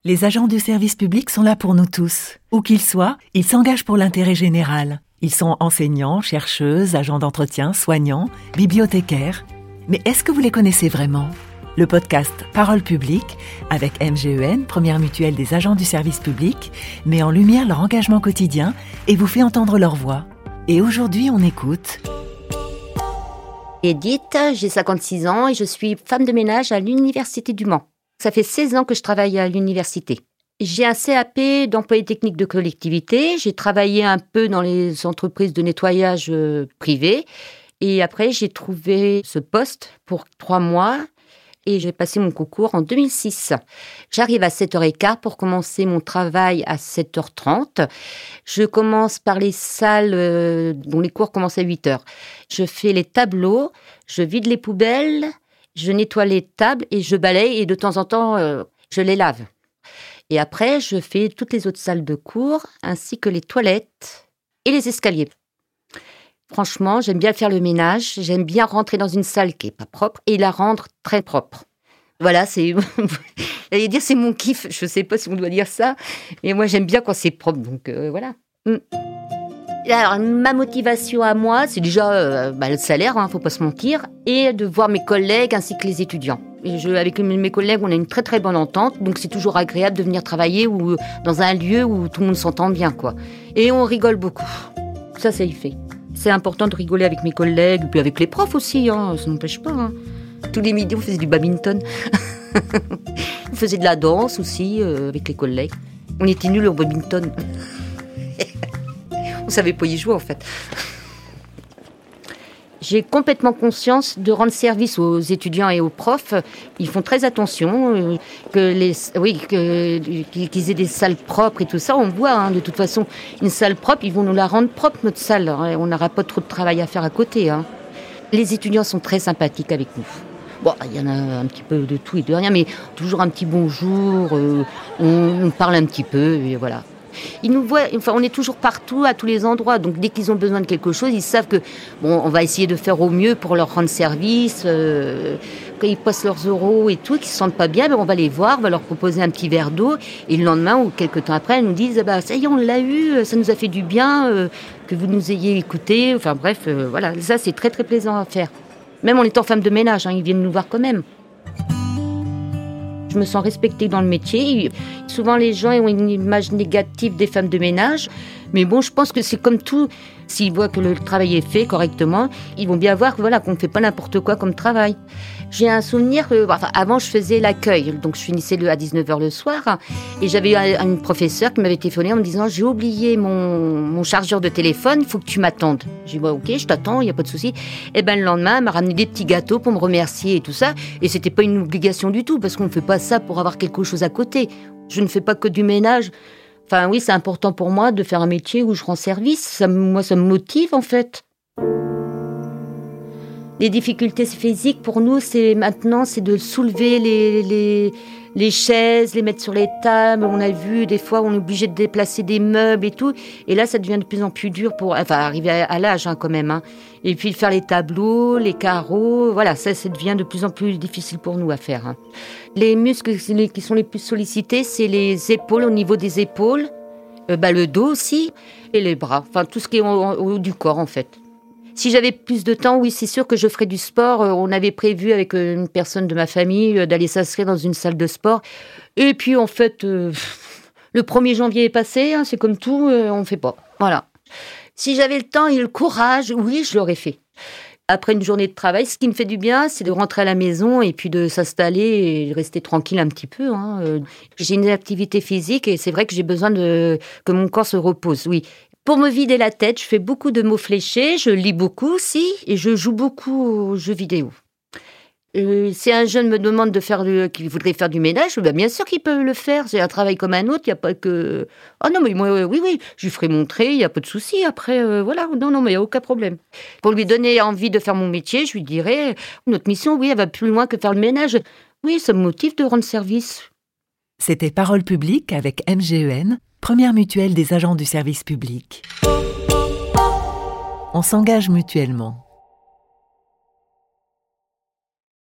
Les agents du service public sont là pour nous tous. Où qu'ils soient, ils s'engagent pour l'intérêt général. Ils sont enseignants, chercheuses, agents d'entretien, soignants, bibliothécaires. Mais est-ce que vous les connaissez vraiment ? Le podcast Parole publique, avec MGEN, première mutuelle des agents du service public, met en lumière leur engagement quotidien et vous fait entendre leur voix. Et aujourd'hui, on écoute... Edith, j'ai 56 ans et je suis femme de ménage à l'Université du Mans. Ça fait 16 ans que je travaille à l'université. J'ai un CAP d'employé technique de collectivité. J'ai travaillé un peu dans les entreprises de nettoyage privées. Et après, j'ai trouvé ce poste pour 3 mois et j'ai passé mon concours en 2006. J'arrive à 7h15 pour commencer mon travail à 7h30. Je commence par les salles dont les cours commencent à 8h. Je fais les tableaux, je vide les poubelles, je nettoie les tables et je balaye et de temps en temps, je les lave. Et après, je fais toutes les autres salles de cours, ainsi que les toilettes et les escaliers. Franchement, j'aime bien faire le ménage, j'aime bien rentrer dans une salle qui n'est pas propre et la rendre très propre. Voilà, j'allais dire c'est mon kiff, je ne sais pas si on doit dire ça, mais moi j'aime bien quand c'est propre, donc voilà. Alors, ma motivation à moi, c'est déjà le salaire, faut pas se mentir, et de voir mes collègues ainsi que les étudiants. Avec mes collègues, on a une très très bonne entente, donc c'est toujours agréable de venir travailler dans un lieu où tout le monde s'entend bien, quoi. Et on rigole beaucoup. Ça y fait. C'est important de rigoler avec mes collègues, et puis avec les profs aussi, ça n'empêche pas. Tous les midis, on faisait du badminton. On faisait de la danse aussi avec les collègues. On était nuls au badminton. On savait pas y jouer en fait. J'ai complètement conscience de rendre service aux étudiants et aux profs. Ils font très attention qu'ils aient des salles propres et tout ça. On voit de toute façon une salle propre, ils vont nous la rendre propre notre salle. On n'aura pas trop de travail à faire à côté. Les étudiants sont très sympathiques avec nous. Bon, il y en a un petit peu de tout et de rien, mais toujours un petit bonjour. On parle un petit peu et voilà. Ils nous voient, on est toujours partout, à tous les endroits. Donc, dès qu'ils ont besoin de quelque chose, ils savent que, on va essayer de faire au mieux pour leur rendre service. Quand ils passent leurs euros et tout, qu'ils se sentent pas bien, on va les voir, on va leur proposer un petit verre d'eau. Et le lendemain ou quelques temps après, ils nous disent, ça y est, on l'a eu, ça nous a fait du bien, que vous nous ayez écoutés. Enfin bref, voilà, ça c'est très très plaisant à faire. Même en étant femme de ménage, ils viennent nous voir quand même. Je me sens respectée dans le métier. Souvent, les gens ont une image négative des femmes de ménage. Mais bon, je pense que c'est comme tout. S'ils voient que le travail est fait correctement, ils vont bien voir qu'on ne fait pas n'importe quoi comme travail. J'ai un souvenir avant, je faisais l'accueil. Donc, je finissais à 19h le soir. Et j'avais eu une professeure qui m'avait téléphoné en me disant « J'ai oublié mon chargeur de téléphone, il faut que tu m'attendes. » J'ai dit « Ok, je t'attends, il n'y a pas de souci. » Et le lendemain, elle m'a ramené des petits gâteaux pour me remercier et tout ça. Et c'était pas une obligation du tout, parce qu'on ne fait pas ça pour avoir quelque chose à côté. Je ne fais pas que du ménage. Enfin oui, c'est important pour moi de faire un métier où je rends service. Moi, ça me motive en fait. Les difficultés physiques pour nous, c'est de soulever les chaises, les mettre sur les tables. On a vu des fois, on est obligé de déplacer des meubles et tout. Et là, ça devient de plus en plus dur pour arriver à l'âge quand même. Et puis faire les tableaux, les carreaux, voilà, ça devient de plus en plus difficile pour nous à faire. Les muscles qui sont les plus sollicités, c'est les épaules, au niveau des épaules, le dos aussi, et les bras. Enfin, tout ce qui est au haut du corps en fait. Si j'avais plus de temps, oui, c'est sûr que je ferais du sport. On avait prévu avec une personne de ma famille d'aller s'inscrire dans une salle de sport. Et puis, en fait, le 1er janvier est passé, c'est comme tout, on ne fait pas. Voilà. Si j'avais le temps et le courage, oui, je l'aurais fait. Après une journée de travail, ce qui me fait du bien, c'est de rentrer à la maison et puis de s'installer et de rester tranquille un petit peu. J'ai une activité physique et c'est vrai que j'ai besoin que mon corps se repose, oui. Pour me vider la tête, je fais beaucoup de mots fléchés, je lis beaucoup aussi et je joue beaucoup aux jeux vidéo. Si un jeune me demande qu'il voudrait faire du ménage, bien sûr qu'il peut le faire. C'est un travail comme un autre, il n'y a pas que... Ah non, mais moi, oui, je lui ferai montrer, il n'y a pas de souci. Après, voilà, non, mais il n'y a aucun problème. Pour lui donner envie de faire mon métier, je lui dirais, notre mission, oui, elle va plus loin que faire le ménage. Oui, ça me motive de rendre service. C'était Parole publique avec MGEN, première mutuelle des agents du service public. On s'engage mutuellement.